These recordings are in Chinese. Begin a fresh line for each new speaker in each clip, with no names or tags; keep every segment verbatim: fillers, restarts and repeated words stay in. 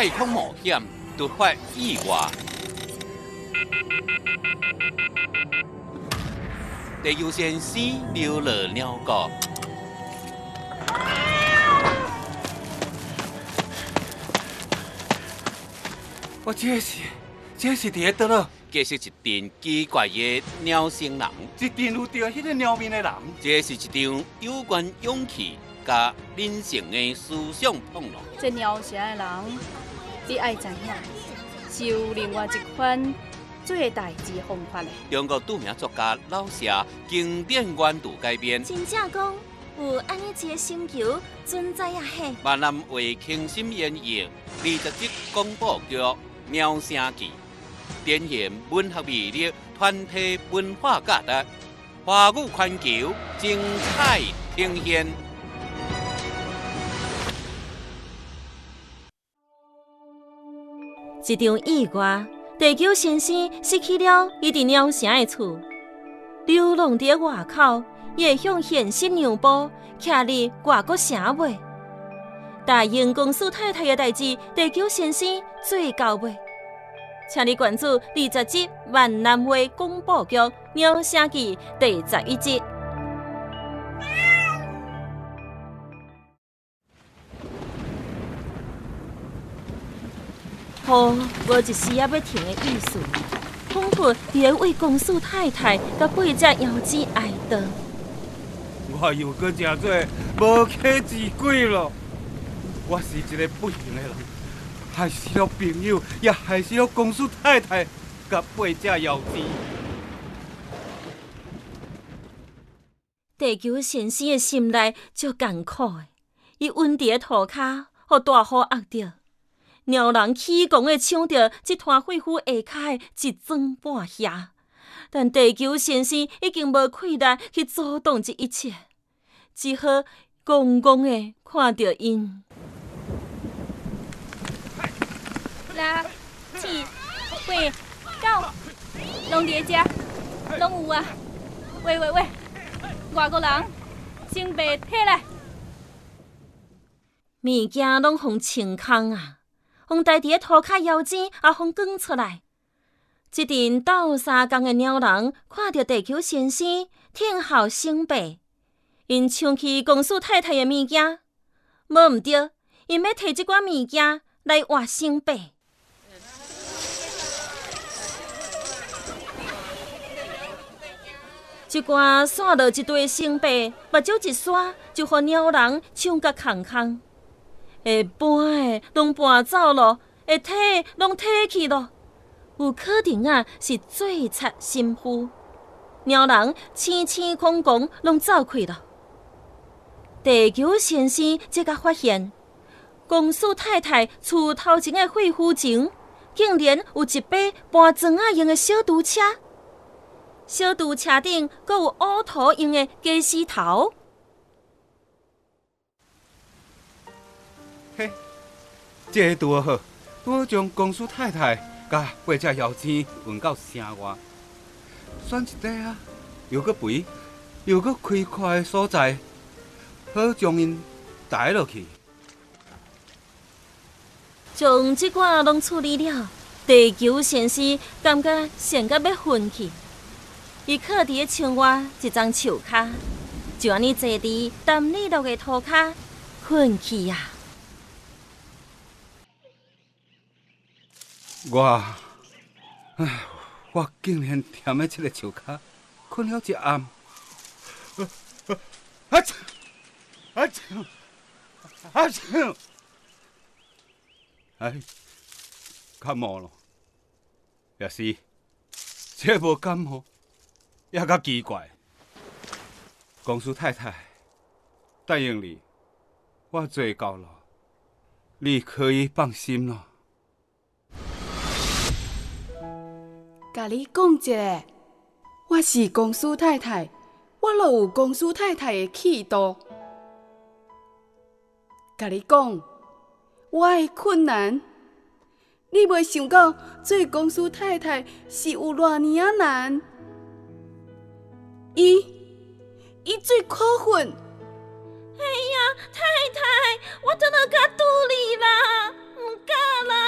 太空冒险、突发意外。地球先生流落鸟国。我这是，这是伫倒咯？这是一阵奇怪的鸟星人，
一定有着迄个鸟面的人。
这是一场有关勇气甲人性的思想碰撞。
这鸟城的人，你爱知影，是有另外一款做代志方法的。
中国著名作家老舍经典原著改编。
真正讲有安尼一个星球存在啊嘿！
闽南话轻心演绎二十集广播剧《鸟声记》，展现文学魅力、团体文化价值，华语环球精彩呈现。
一场意外，地球先生失去了伊伫鸟城的厝，流浪伫外口，伊会向现实让步，徛伫外国城尾。答应公司太太的代志，地球先生做到未？请你关注二十集闽南话广播剧《鸟声记》第十一集。雨无一丝也要停的意思，仿佛伫咧为公司太太甲八只妖精哀悼。
我又搁食做无稽之鬼咯！我是一个不幸的人，害死了朋友，也害死了公司太太甲八只妖精。
地球先生的心内足艰苦的，伊稳伫咧涂骹，互大雨压着。鸟人起狂的抢着这团血火下骹的一砖半下，但地球先生已经无气力去阻挡这一切，只好戆戆的看着因。
六、七、八、九，拢伫遮，拢有啊！喂喂喂，外国人，先别起来！
物件拢互清空啊！互带伫咧涂骹妖精也互卷出来。一阵斗相共的鸟人看到地球先生挺好醒白，因抢去公司太太的物件，无毋对，因要摕这寡物件来换醒白。一寡散落一堆醒白，目睭一刷，就互鸟人抢甲空空。会搬的拢搬走咯，会摕的拢摕去咯，有可能啊是最贼心虚。鸟人青青空空拢走开了。地球先生这才发现，公司太太厝头前的血府前，竟然有一把搬砖仔用的小拄车，小拄车顶还有乌涂用的鸡丝头。
嘿，这个拄好，我将公司太太甲八只妖精运到城外，选一个啊，又搁肥又搁开阔的所在，好将因带落去。
将这寡拢处理了，地球先生感觉闲甲要昏去。伊靠伫咧窗外一张树骹，就安尼坐伫淡绿绿的涂骹困去啊。
我，唉，我竟然踮咧这个树骹困了一暗。啊操！啊操！啊操！哎，感冒咯，也是，这无感冒，也较奇怪。公司太太，答应你，我做到了，你可以放心了。
甲你讲一个，我是公司太太，我若有公司太太的气度。甲你讲，我的困难，你袂想到做公司太太是有偌尼啊难。伊，伊最可恨。
哎呀，太太，我真的甲拄你啦，唔敢啦。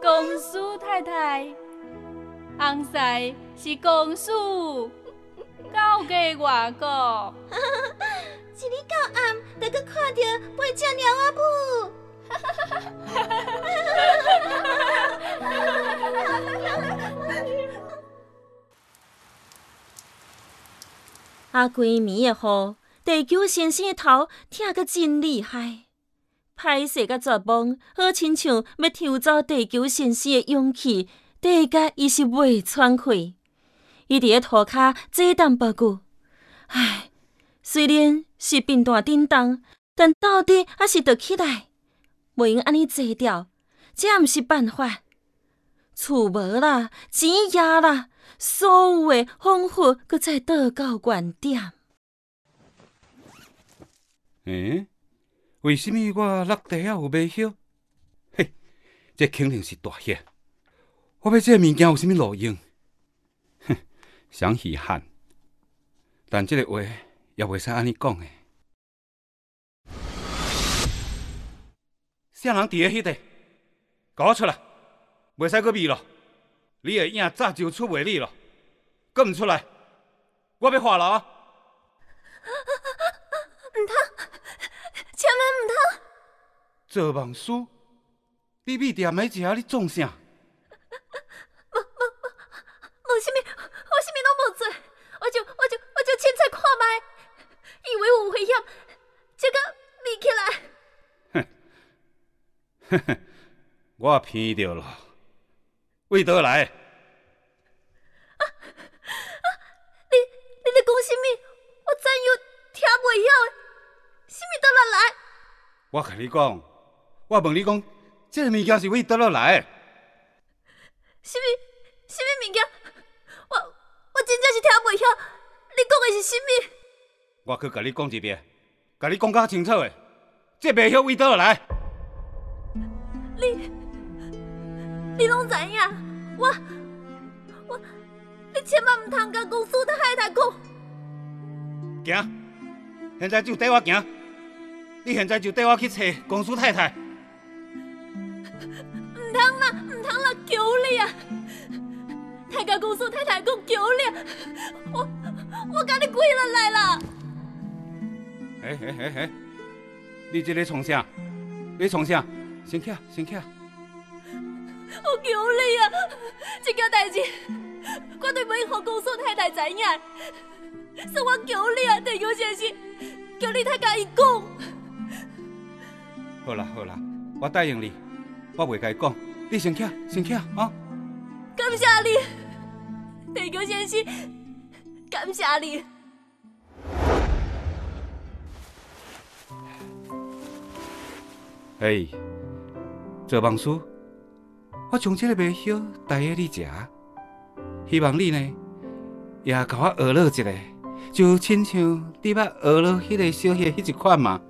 公主太太，红婿是公主，交给我个。
一日到暗，就搁看到飞只鸟仔母。啊，规暝的雨，地球先生的头疼个真厉害，歹势甲绝望，好亲像要抽走地球先生的勇气，第甲伊是袂喘气。伊伫咧涂骹坐淡不久，唉，虽然是病大震动，但到底还是得起来，袂用安尼坐掉，这毋是办法。厝无啦，钱也啦。所有的仿佛搁再倒到原点。
诶，为什么我落地啊有袂晓？嘿，这肯定是大险。我要这物件有啥物路用？哼，想遗憾，但这个话也袂使安尼讲诶。啥人伫咧迄块？搞我出来！袂使搁秘咯。你的影早就出卖你了，搁唔出来，我要发牢啊！
唔通，千万唔通！
做梦师，你米店的食，你创啥？
无无无啥物，我啥物拢无做，我就我就我就凊彩看卖，以为有危险，结果秘起
来。哼哼哼，我骗着了。为倒来？啊
啊！你你咧讲什么？我怎样听袂晓的？什么倒落来？
我甲你讲，我问你讲，这个物件是为倒落来的？
什么什么物件？我我真正是听袂晓，你讲的是什么？
我去甲你讲一遍，甲你讲较清楚的，这袂晓为倒落来。
你。你拢知影，我我，你千万唔通甲公司太太讲。
行，现在就带我行。你现在就带我去找公司太太。
唔通啦，唔通啦，求你啊！太甲公司太太讲求你，我我甲你跪落来啦！
哎哎哎哎，你这咧创啥？你创啥？先起，先起。
我求你啊！这件代志，我对袂让公司太太知影，所以我求你啊，地球先生，求你太甲伊讲。
好啦好啦，我答应你，我袂甲伊讲，你先起，先起啊！
感谢你，地球先生，感谢你。
哎，做梦师。我将这个麦叶带给你食，希望你呢也甲我学了一下，就亲像你捌学了迄个小叶迄一款嘛。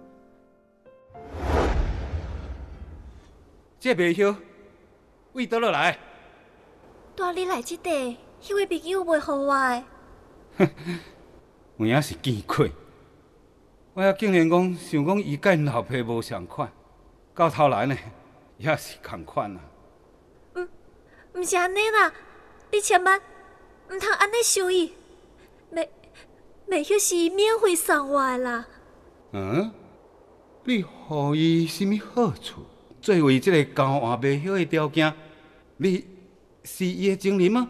这麦叶为倒落来？
带你来这地，迄位朋友袂互我的。
哼，有影是见鬼！我也竟然讲想讲伊甲因老爸无相款，到头来呢也是同款啊。
毋是安尼啦，你千万毋通安尼想伊。麦麦叶是免费送我的啦。
嗯？你予伊什么好处？作为这个交换麦叶的条件，你是伊的情人吗？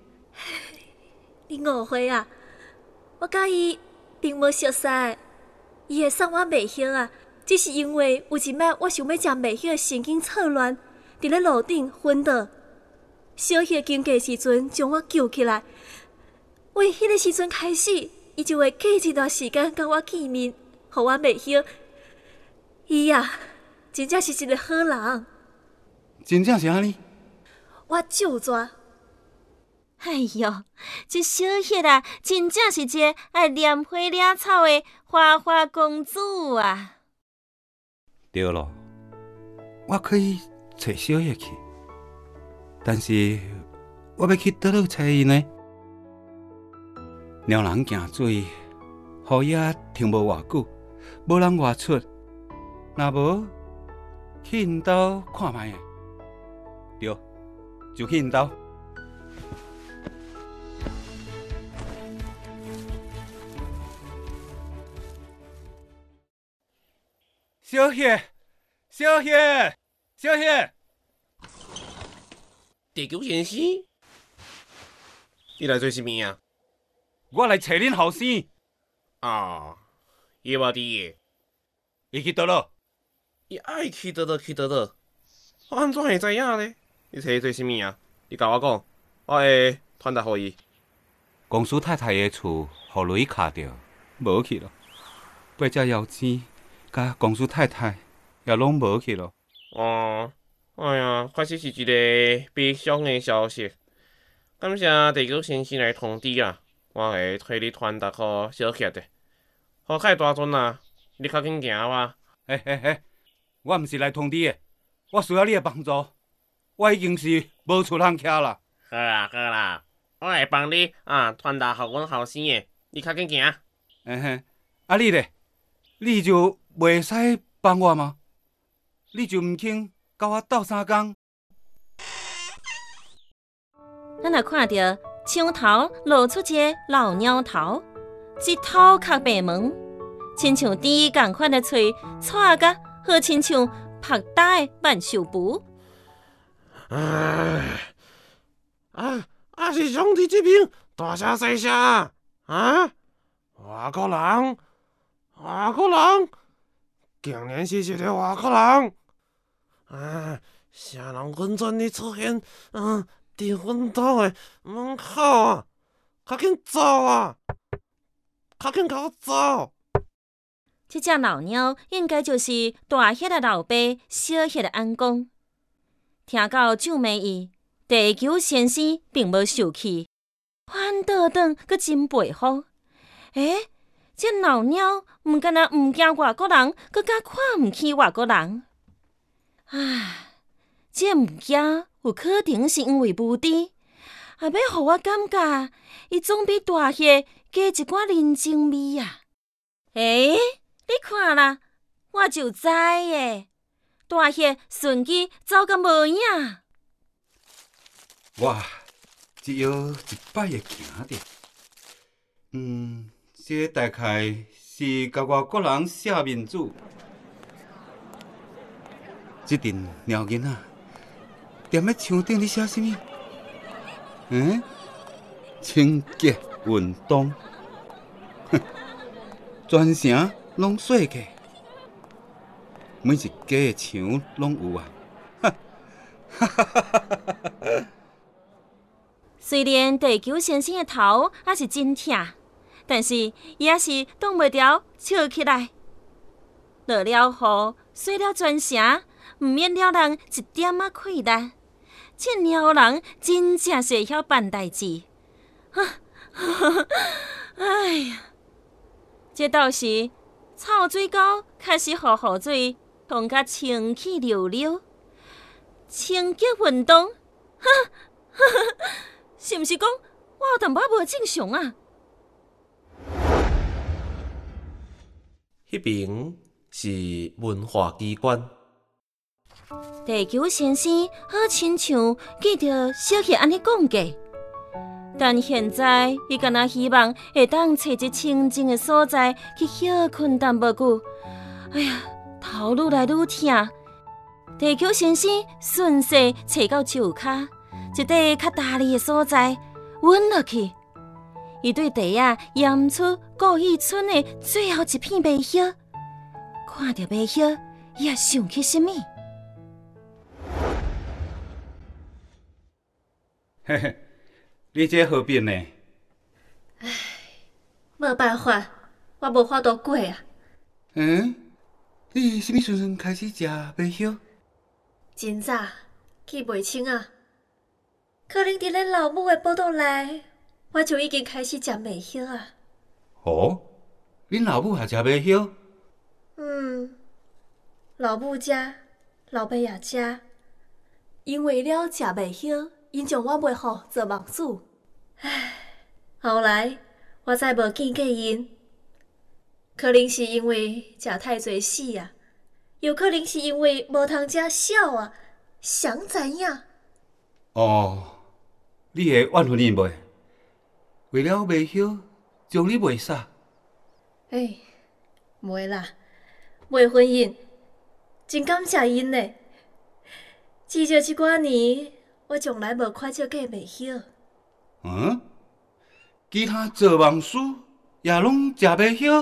你误会啊！我甲伊并无熟识，伊会送我麦叶啊，只是因为有一摆我想要将麦叶神经错乱，伫咧路顶昏倒。小叶经过时阵，将我救起来。为迄个时阵开始，伊就会隔一段时间甲我见面，互我麦叶。伊呀，真正是一个好人。
真正是安尼？
我就抓。
哎哟，这小叶啊，真正是一个爱拈花惹草的花花公主啊！
对咯，我可以找小叶去。但是我要去倒落找伊呢？鸟人行水，雨也停无偌久，无人外出，若无去因兜看卖诶。对， 就去因兜。小叶，小叶，小叶，
地球先生，你来做啥物啊？
我来找恁后生，
啊，伊无伫个，
伊去倒落。
伊爱去倒倒去倒倒，我安怎会知影呢？你找伊做啥物啊？你甲我讲，我会传达互伊。
公司太太的厝，互雷卡着，无去咯。八只妖精，甲公司太太也拢无去咯。
哦，哎呀，确实是一个悲伤的消息。感谢地球先生来通知啊，我会替你传达互小叶的。好凯大尊啊，你较紧行哇！
嘿嘿嘿，我毋是来通知的，我需要你的帮助。我已经是无厝通徛啦。
好啦好啦，我会帮你啊传达互阮后生的，你较紧行。
嘿嘿，啊你咧，你就袂使帮我吗？你就毋肯甲我斗相共？
咱若看到墙头露出一个老鸟头，一头壳白毛，亲像猪共款的喙，扯甲好亲像拍打的万寿符。
唉，啊啊是上帝这边大声细声啊！外国人，外国人，竟然是一个外国人！啊，啥人混转的出现？嗯，伫阮兜的门口啊！快紧走啊！快紧甲我走！
这只老鸟应该就是大叶的老爸，小叶的安公。听到蔣美意，地球先生并无受气，反倒转阁真佩服。诶，这老鸟毋敢若毋惊外国人，阁敢看毋起外国人。唉，这物件有可能是因为无知，也要互我感觉，伊总比大叶加一寡人情味啊。诶，你看啦，我就知诶。大叶顺机走甲无影，
我一摇一摆会行着。嗯，这大概是甲外国人写面子。这阵猫囡仔踮咧墙顶咧写啥物？嗯，清洁运动，哼，全城拢说过。每一家的墙拢有啊！哈哈哈哈哈！
虽然地球先生的头也是真痛，但是伊也是挡袂牢，笑起来。落了雨，洗了全城，毋免了人一点仔亏力。这鸟人真正是会晓办代志。哈，哎呀，这倒是臭水沟开始予雨水冲甲清气溜溜，清洁运动，哈，哈哈，是毋是讲我有淡薄无正常啊？
迄边是文化机关。
地球先生好亲像记着小叶安尼讲过，但现在伊敢若希望会当找一清静的所在去休困淡薄久。哎呀，头愈来愈痛。地球先生顺势找到树骹，一块较大力的所在，稳落去。伊对地啊验出顾义村的最后一片麦叶，看到麦叶，伊也想起什么？
嘿嘿，你这何必呢？
唉，无办法，我无法度过啊。
嗯，你什么时阵开始食麦叶？
真早记袂清啊，可能伫咱老母的报道内，我就已经开始食麦叶啊。
哦，恁老母也食麦叶？
嗯，老母食，老爸也食，因为了食麦叶，因将我卖互做梦子。唉，后来我再无见过因，可能是因为食太侪死啊。有可能是因为无通食少啊，谁知影？
哦，你会怨恨伊袂？为了袂晓，将你袂杀。
哎，袂啦，袂婚姻，真感谢因呢。至少即寡年，我从来无看这个袂晓。
嗯？其他做梦事也拢食袂晓？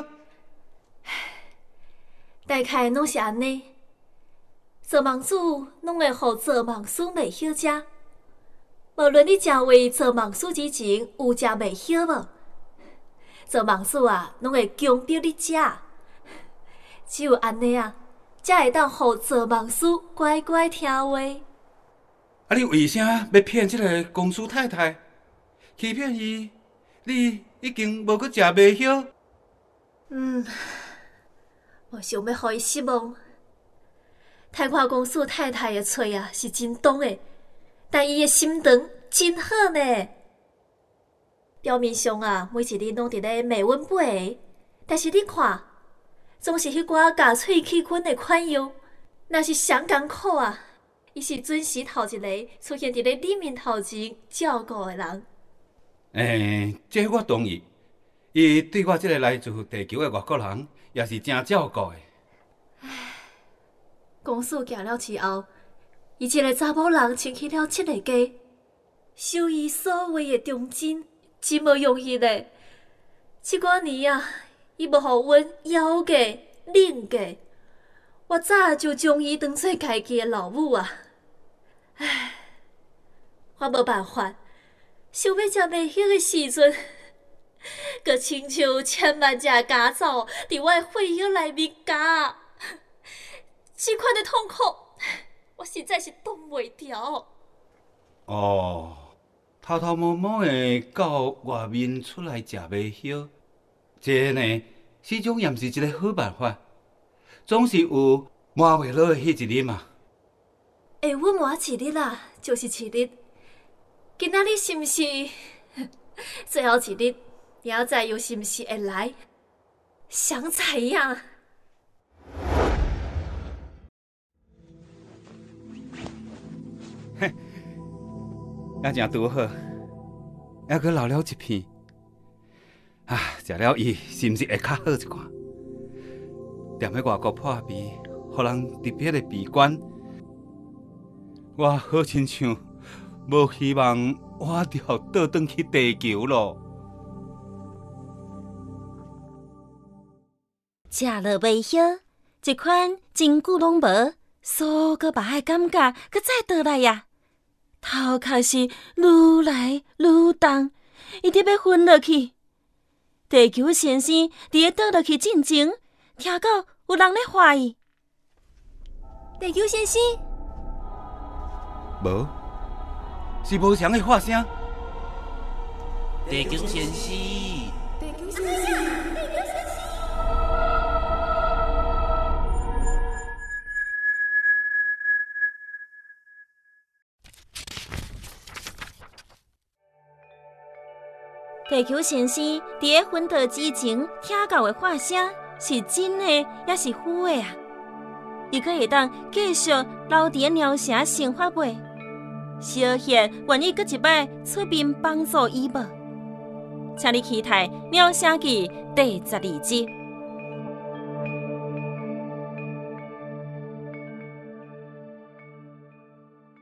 大概拢是安尼。做梦主拢会互做梦师袂晓食，无论你正为做梦师之前有食袂晓无，做梦师啊拢会强迫你食。只有安尼啊，才会当互做梦师乖乖听话。
啊，你为啥要骗这个公司太太？欺骗伊，你已经无搁食袂晓。
嗯，我想要互伊失望。太看公司太太的嘴啊是真重的，但伊的心肠真好呢。表面上啊，每一日拢伫咧骂阮背的，但是你看，总是迄寡咬喙齿菌的款样，若是上艰苦啊，伊是准时头一个出现伫咧你面头前照顾的人。
诶，这我同意。伊对我这个来自地球的外国人，也是真照顾的。
公司行了之后，伊一个查某人请去了七个家，收伊所有的忠贞，真无用意嘞。这寡年啊，伊无互阮要嫁、领嫁，我早就将伊当做家己的老母啊！唉，我无办法，想要食袂晓的时阵，佮亲像千万只家草伫我的血液内面夹。这款的痛苦，我实在是挡袂牢。
哦，偷偷摸摸的到外面出来食袂晓，这呢始终也毋是一个好办法。总是有瞒袂落的迄一日嘛。
会阮瞒一日啦，就是一日。今仔日是毋是最后一日？明仔又是毋是会来？想怎样？
也真拄好，还阁留了一片。啊，食了伊是毋是会较好一寡？踮喺外国破味，互人特别的鼻管。我好亲像无希望我着倒转去地球咯。
食落袂晓，一款真久拢无，所个饱的感觉，搁再倒来呀。头壳是愈来愈重，伊直要昏落去。地球先生伫咧倒落去进前，听到有人咧唤伊。
地球先生，
无，是无常的喊声。
地球先生，
地球先生。
地球先生伫咧昏倒之前听到的话声，是真的也是虚的啊？伊可会当继续留伫咧鸟城生活袂？小贤愿意搁一摆出面帮助伊无？请你期待《鸟城记》第十二集。